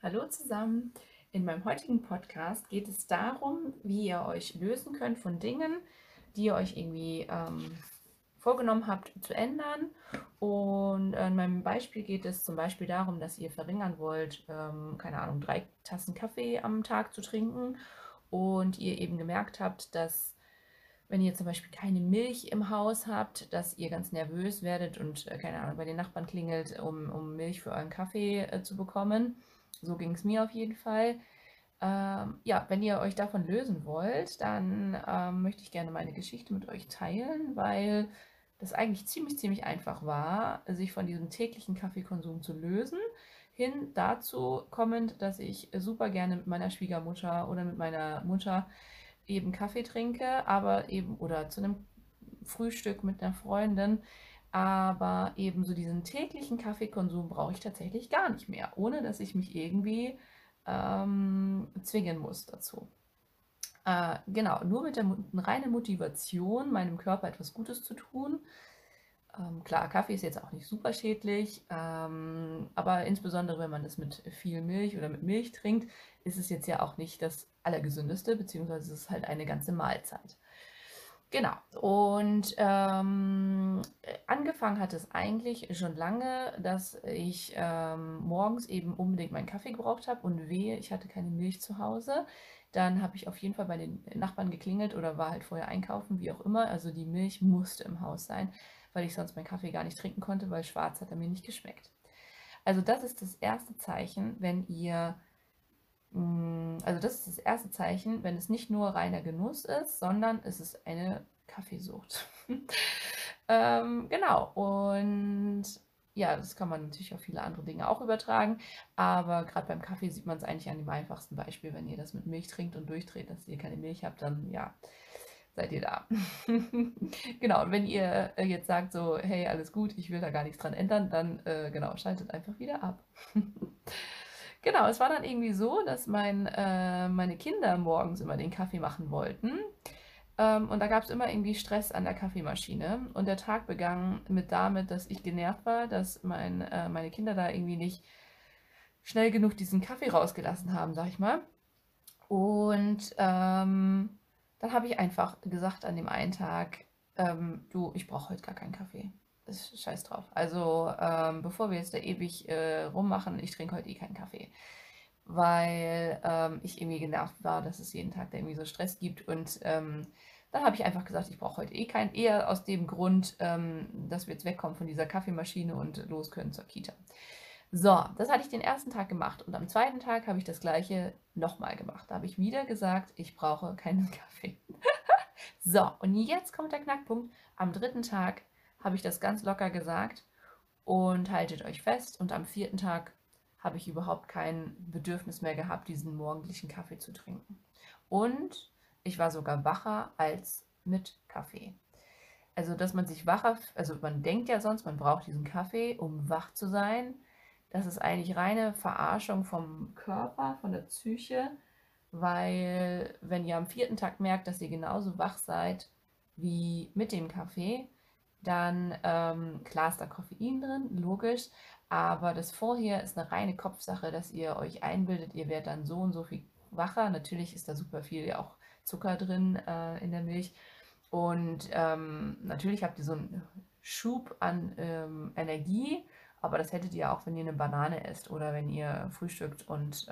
Hallo zusammen. In meinem heutigen Podcast geht es darum, wie ihr euch lösen könnt von Dingen, die ihr euch irgendwie vorgenommen habt zu ändern. Und in meinem Beispiel geht es zum Beispiel darum, dass ihr verringern wollt, keine Ahnung, 3 Tassen Kaffee am Tag zu trinken und ihr eben gemerkt habt, dass wenn ihr zum Beispiel keine Milch im Haus habt, dass ihr ganz nervös werdet und, keine Ahnung, bei den Nachbarn klingelt, um Milch für euren Kaffee zu bekommen. So ging es mir auf jeden Fall. Ja, wenn ihr euch davon lösen wollt, dann möchte ich gerne meine Geschichte mit euch teilen, weil das eigentlich ziemlich einfach war, sich von diesem täglichen Kaffeekonsum zu lösen, hin dazu kommend, dass ich super gerne mit meiner Schwiegermutter oder mit meiner Mutter eben Kaffee trinke, aber eben oder zu einem Frühstück mit einer Freundin, aber eben so diesen täglichen Kaffeekonsum brauche ich tatsächlich gar nicht mehr, ohne dass ich mich irgendwie zwingen muss dazu. Genau, nur mit der reinen Motivation, meinem Körper etwas Gutes zu tun. Klar, Kaffee ist jetzt auch nicht super schädlich, aber insbesondere wenn man das mit viel Milch oder mit Milch trinkt, ist es jetzt ja auch nicht das Allergesündeste, beziehungsweise es ist halt eine ganze Mahlzeit. Genau. Und angefangen hat es eigentlich schon lange, dass ich morgens eben unbedingt meinen Kaffee gebraucht habe und wehe, ich hatte keine Milch zu Hause. Dann habe ich auf jeden Fall bei den Nachbarn geklingelt oder war halt vorher einkaufen, wie auch immer. Also die Milch musste im Haus sein, weil ich sonst meinen Kaffee gar nicht trinken konnte, weil schwarz hat er mir nicht geschmeckt. Also das ist das erste Zeichen, wenn ihr also das ist das erste Zeichen, wenn es nicht nur reiner Genuss ist, sondern es ist eine Kaffeesucht. Genau, und ja, das kann man natürlich auf viele andere Dinge auch übertragen, aber gerade beim Kaffee sieht man es eigentlich an dem einfachsten Beispiel. Wenn ihr das mit Milch trinkt und durchdreht, dass ihr keine Milch habt, dann ja, seid ihr da. Genau, und wenn ihr jetzt sagt so, hey, alles gut, ich will da gar nichts dran ändern, dann genau, schaltet einfach wieder ab. Genau, es war dann irgendwie so, dass meine Kinder morgens immer den Kaffee machen wollten. Und da gab es immer irgendwie Stress an der Kaffeemaschine. Und der Tag begann damit, dass ich genervt war, dass meine Kinder da irgendwie nicht schnell genug diesen Kaffee rausgelassen haben, sag ich mal. Und dann habe ich einfach gesagt an dem einen Tag, du, ich brauche heute gar keinen Kaffee. Das ist scheiß drauf. Also bevor wir jetzt da ewig rummachen, ich trinke heute eh keinen Kaffee. Weil ich irgendwie genervt war, dass es jeden Tag da irgendwie so Stress gibt. Und dann habe ich einfach gesagt, ich brauche heute eh keinen. Eher aus dem Grund, dass wir jetzt wegkommen von dieser Kaffeemaschine und los können zur Kita. So, das hatte ich den ersten Tag gemacht und am zweiten Tag habe ich das gleiche nochmal gemacht. Da habe ich wieder gesagt, ich brauche keinen Kaffee. So, und jetzt kommt der Knackpunkt. Am dritten Tag habe ich das ganz locker gesagt und haltet euch fest. Und am vierten Tag habe ich überhaupt kein Bedürfnis mehr gehabt, diesen morgendlichen Kaffee zu trinken. Und ich war sogar wacher als mit Kaffee. Also, dass man sich wacher, also man denkt ja sonst, man braucht diesen Kaffee, um wach zu sein. Das ist eigentlich reine Verarschung vom Körper, von der Psyche, weil wenn ihr am vierten Tag merkt, dass ihr genauso wach seid wie mit dem Kaffee, dann klar ist da Koffein drin, logisch, aber das vorher ist eine reine Kopfsache, dass ihr euch einbildet, ihr werdet dann so und so viel wacher. Natürlich ist da super viel ja auch Zucker drin in der Milch und natürlich habt ihr so einen Schub an Energie, aber das hättet ihr auch, wenn ihr eine Banane esst oder wenn ihr frühstückt und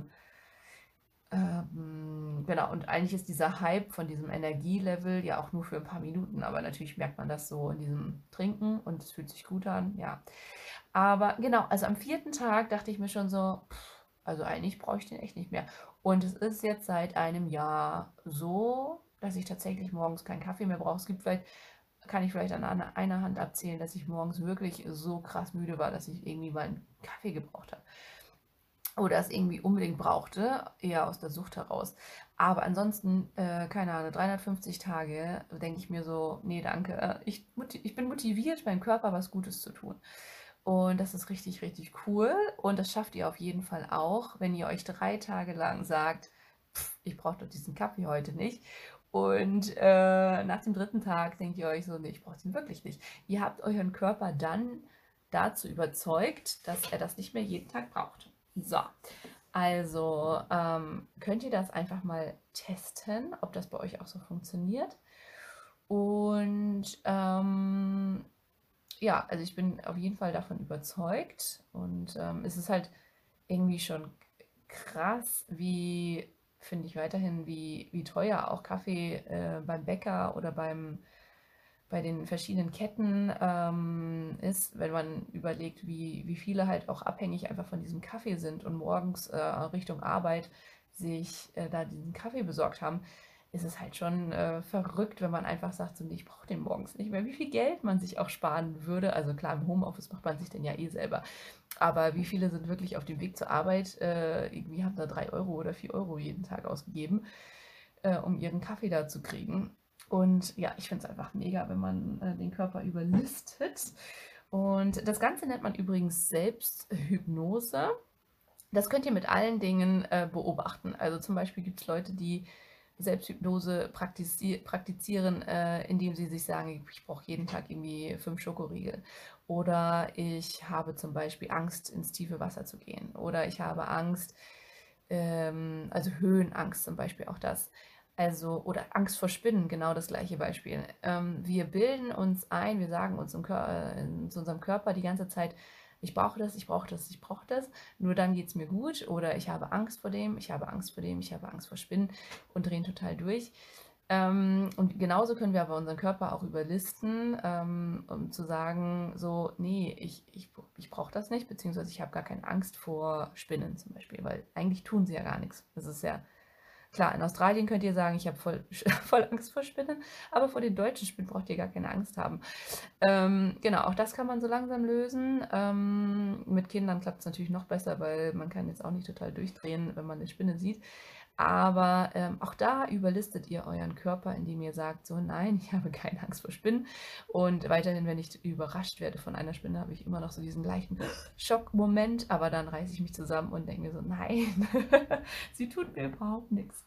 genau, und eigentlich ist dieser Hype von diesem Energielevel ja auch nur für ein paar Minuten, aber natürlich merkt man das so in diesem Trinken und es fühlt sich gut an, ja. Aber genau, also am vierten Tag dachte ich mir schon so, also eigentlich brauche ich den echt nicht mehr. Und es ist jetzt seit einem Jahr so, dass ich tatsächlich morgens keinen Kaffee mehr brauche. Es gibt vielleicht, kann ich vielleicht an einer Hand abzählen, dass ich morgens wirklich so krass müde war, dass ich irgendwie mal einen Kaffee gebraucht habe oder es irgendwie unbedingt brauchte, eher aus der Sucht heraus. Aber ansonsten, keine Ahnung, 350 Tage denke ich mir so, nee, danke. Ich bin motiviert, meinem Körper was Gutes zu tun. Und das ist richtig cool. Und das schafft ihr auf jeden Fall auch, wenn ihr euch 3 Tage lang sagt, ich brauche doch diesen Kaffee heute nicht. Und nach dem dritten Tag denkt ihr euch so, nee, ich brauche den wirklich nicht. Ihr habt euren Körper dann dazu überzeugt, dass er das nicht mehr jeden Tag braucht. So, Also könnt ihr das einfach mal testen, ob das bei euch auch so funktioniert. Und ja, also ich bin auf jeden Fall davon überzeugt. Und es ist halt irgendwie schon krass, wie, finde ich weiterhin, wie teuer auch Kaffee beim Bäcker oder bei den verschiedenen Ketten ist, wenn man überlegt, wie viele halt auch abhängig einfach von diesem Kaffee sind und morgens Richtung Arbeit sich da diesen Kaffee besorgt haben, ist es halt schon verrückt, wenn man einfach sagt, so, nee, ich brauche den morgens nicht mehr. Wie viel Geld man sich auch sparen würde. Also klar, im Homeoffice macht man sich den ja eh selber. Aber wie viele sind wirklich auf dem Weg zur Arbeit, irgendwie haben da 3 Euro oder 4 Euro jeden Tag ausgegeben, um ihren Kaffee da zu kriegen. Und ja, ich finde es einfach mega, wenn man den Körper überlistet. Und das Ganze nennt man übrigens Selbsthypnose. Das könnt ihr mit allen Dingen beobachten. Also zum Beispiel gibt es Leute, die Selbsthypnose praktizieren, indem sie sich sagen, ich brauche jeden Tag irgendwie 5 Schokoriegel. Oder ich habe zum Beispiel Angst, ins tiefe Wasser zu gehen. Oder ich habe Angst, also Höhenangst zum Beispiel auch das. Also, oder Angst vor Spinnen, genau das gleiche Beispiel. Wir bilden uns ein, wir sagen uns in unserem Körper die ganze Zeit, ich brauche das, ich brauche das, ich brauche das, nur dann geht es mir gut. Oder ich habe Angst vor dem, ich habe Angst vor dem, ich habe Angst vor Spinnen und drehen total durch. Und genauso können wir aber unseren Körper auch überlisten, um zu sagen, so, nee, ich brauche das nicht, beziehungsweise ich habe gar keine Angst vor Spinnen zum Beispiel, weil eigentlich tun sie ja gar nichts. Das ist ja klar, in Australien könnt ihr sagen, ich habe voll Angst vor Spinnen, aber vor den deutschen Spinnen braucht ihr gar keine Angst haben. Genau, auch das kann man so langsam lösen. Mit Kindern klappt es natürlich noch besser, weil man kann jetzt auch nicht total durchdrehen, wenn man eine Spinne sieht. Aber auch da überlistet ihr euren Körper, indem ihr sagt, so nein, ich habe keine Angst vor Spinnen. Und weiterhin, wenn ich überrascht werde von einer Spinne, habe ich immer noch so diesen gleichen Schockmoment, aber dann reiße ich mich zusammen und denke mir so, nein, sie tut mir überhaupt nichts.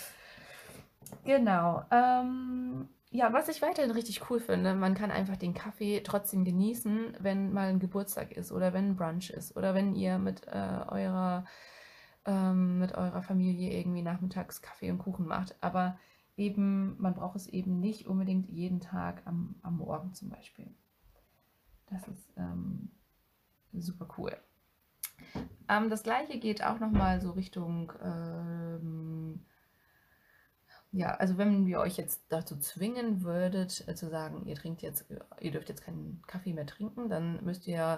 Genau. Ja, was ich weiterhin richtig cool finde, man kann einfach den Kaffee trotzdem genießen, wenn mal ein Geburtstag ist oder wenn ein Brunch ist oder wenn ihr mit eurer Familie irgendwie nachmittags Kaffee und Kuchen macht. Aber eben, man braucht es eben nicht unbedingt jeden Tag am Morgen zum Beispiel. Das ist super cool. Das gleiche geht auch nochmal so Richtung, ja, also wenn wir euch jetzt dazu zwingen würdet, zu sagen, ihr dürft jetzt keinen Kaffee mehr trinken, dann müsst ihr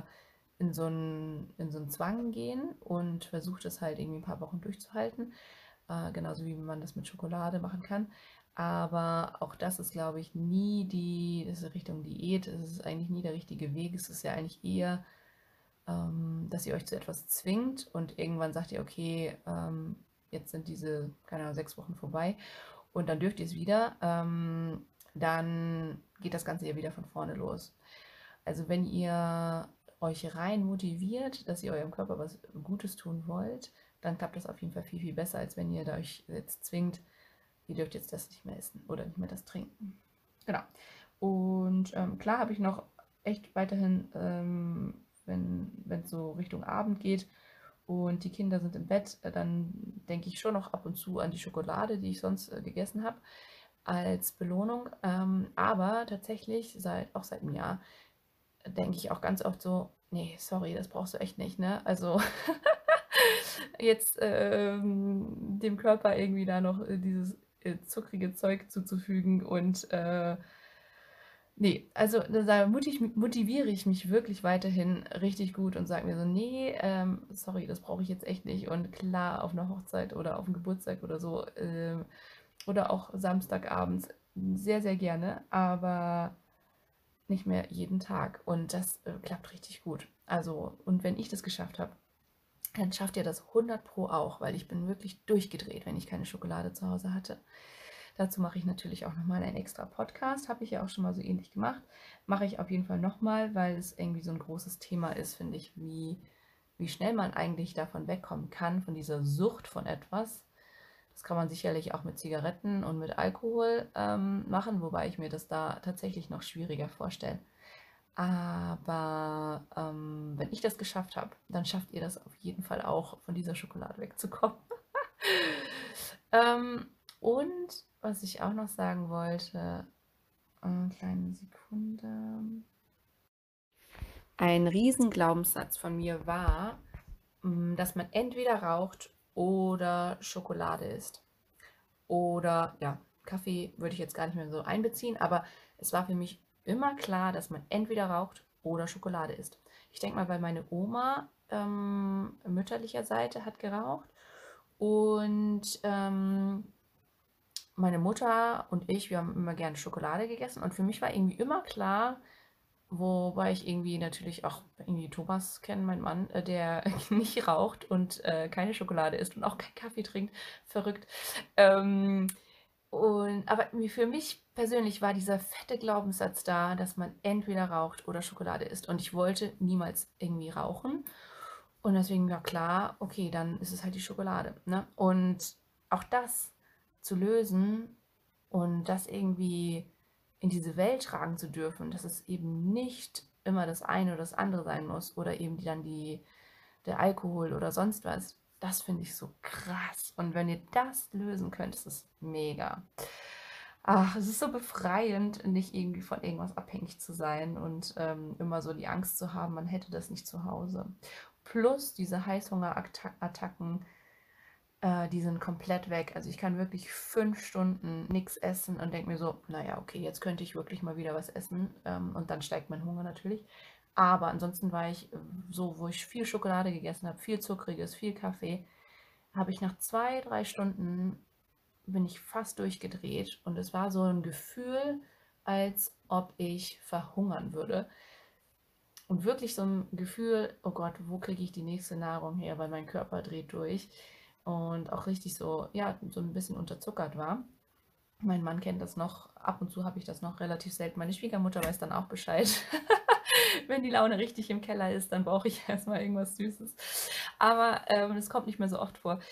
in so einen Zwang gehen und versucht es halt irgendwie ein paar Wochen durchzuhalten. Genauso wie man das mit Schokolade machen kann. Aber auch das ist, glaube ich, das ist Richtung Diät, es ist eigentlich nie der richtige Weg. Es ist ja eigentlich eher, dass ihr euch zu etwas zwingt und irgendwann sagt ihr, okay, jetzt sind diese, keine Ahnung, 6 Wochen vorbei und dann dürft ihr es wieder. Dann geht das Ganze ja wieder von vorne los. Also wenn ihr euch rein motiviert, dass ihr eurem Körper was Gutes tun wollt, dann klappt das auf jeden Fall viel, viel besser, als wenn ihr euch jetzt zwingt, ihr dürft jetzt das nicht mehr essen oder nicht mehr das trinken. Genau. Und klar habe ich noch echt weiterhin, wenn es so Richtung Abend geht und die Kinder sind im Bett, dann denke ich schon noch ab und zu an die Schokolade, die ich sonst gegessen habe, als Belohnung. Aber tatsächlich auch seit einem Jahr denke ich auch ganz oft so, nee, sorry, das brauchst du echt nicht, ne? Also jetzt dem Körper irgendwie da noch dieses zuckrige Zeug zuzufügen und nee, also da motiviere ich mich wirklich weiterhin richtig gut und sage mir so, nee, sorry, das brauche ich jetzt echt nicht. Und klar, auf einer Hochzeit oder auf einem Geburtstag oder so oder auch Samstagabends sehr, sehr gerne, aber nicht mehr jeden Tag. Und das klappt richtig gut. Also, und wenn ich das geschafft habe, dann schafft ihr das 100 Pro auch, weil ich bin wirklich durchgedreht, wenn ich keine Schokolade zu Hause hatte. Dazu mache ich natürlich auch nochmal einen extra Podcast, habe ich ja auch schon mal so ähnlich gemacht. Mache ich auf jeden Fall nochmal, weil es irgendwie so ein großes Thema ist, finde ich, wie schnell man eigentlich davon wegkommen kann, von dieser Sucht von etwas. Das kann man sicherlich auch mit Zigaretten und mit Alkohol machen, wobei ich mir das da tatsächlich noch schwieriger vorstelle. Aber wenn ich das geschafft habe, dann schafft ihr das auf jeden Fall auch, von dieser Schokolade wegzukommen. ähm, und was ich auch noch sagen wollte, kleine Sekunde. Ein Riesenglaubenssatz von mir war, dass man entweder raucht oder Schokolade isst. Oder ja, Kaffee würde ich jetzt gar nicht mehr so einbeziehen, aber es war für mich immer klar, dass man entweder raucht oder Schokolade isst. Ich denke mal, weil meine Oma mütterlicher Seite hat geraucht und meine Mutter und ich, wir haben immer gerne Schokolade gegessen und für mich war irgendwie immer klar, wobei ich irgendwie natürlich auch irgendwie Thomas kenne, mein Mann, der nicht raucht und keine Schokolade isst und auch keinen Kaffee trinkt. Verrückt. Ähm, aber für mich persönlich war dieser fette Glaubenssatz da, dass man entweder raucht oder Schokolade isst. Und ich wollte niemals irgendwie rauchen. Und deswegen war klar, okay, dann ist es halt die Schokolade. Ne? Und auch das zu lösen und das irgendwie in diese Welt tragen zu dürfen, dass es eben nicht immer das eine oder das andere sein muss oder eben der Alkohol oder sonst was, das finde ich so krass. Und wenn ihr das lösen könnt, ist es mega. Ach, es ist so befreiend, nicht irgendwie von irgendwas abhängig zu sein und immer so die Angst zu haben, man hätte das nicht zu Hause. Plus diese Heißhungerattacken, die sind komplett weg. Also ich kann wirklich 5 Stunden nichts essen und denke mir so, naja, okay, jetzt könnte ich wirklich mal wieder was essen. Und dann steigt mein Hunger natürlich. Aber ansonsten war ich so, wo ich viel Schokolade gegessen habe, viel Zuckriges, viel Kaffee, habe ich nach 2, 3 Stunden bin ich fast durchgedreht. Und es war so ein Gefühl, als ob ich verhungern würde. Und wirklich so ein Gefühl, oh Gott, wo kriege ich die nächste Nahrung her, weil mein Körper dreht durch und auch richtig so, ja, so ein bisschen unterzuckert war. Mein Mann kennt das noch, ab und zu habe ich das noch relativ selten. Meine Schwiegermutter weiß dann auch Bescheid. Wenn die Laune richtig im Keller ist, dann brauche ich erstmal irgendwas Süßes. Aber es kommt nicht mehr so oft vor.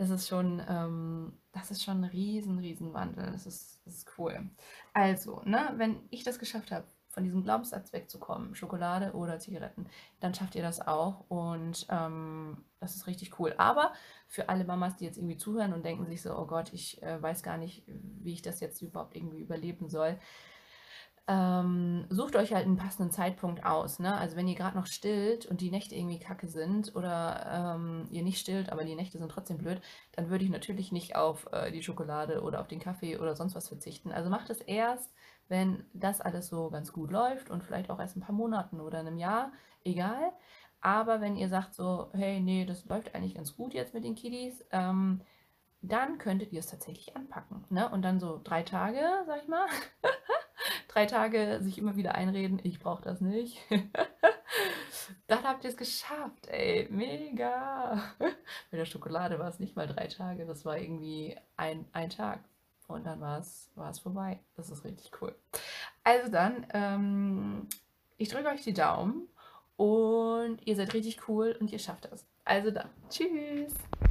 Das ist schon ein riesen Wandel. Das ist cool. Also, ne, wenn ich das geschafft habe, von diesem Glaubenssatz wegzukommen, Schokolade oder Zigaretten, dann schafft ihr das auch und das ist richtig cool. Aber für alle Mamas, die jetzt irgendwie zuhören und denken sich so, oh Gott, ich weiß gar nicht, wie ich das jetzt überhaupt irgendwie überleben soll, sucht euch halt einen passenden Zeitpunkt aus. Ne? Also wenn ihr gerade noch stillt und die Nächte irgendwie kacke sind oder ihr nicht stillt, aber die Nächte sind trotzdem blöd, dann würde ich natürlich nicht auf die Schokolade oder auf den Kaffee oder sonst was verzichten. Also macht es erst, wenn das alles so ganz gut läuft und vielleicht auch erst ein paar Monaten oder einem Jahr, egal. Aber wenn ihr sagt so, hey, nee, das läuft eigentlich ganz gut jetzt mit den Kiddies, dann könntet ihr es tatsächlich anpacken. Ne? Und dann so 3 Tage, sag ich mal, 3 Tage sich immer wieder einreden, ich brauche das nicht. Dann habt ihr es geschafft, ey, mega. Mit der Schokolade war es nicht mal 3 Tage, das war irgendwie ein Tag. Und dann war es vorbei. Das ist richtig cool. Also dann, ich drücke euch die Daumen und ihr seid richtig cool und ihr schafft das. Also dann, tschüss.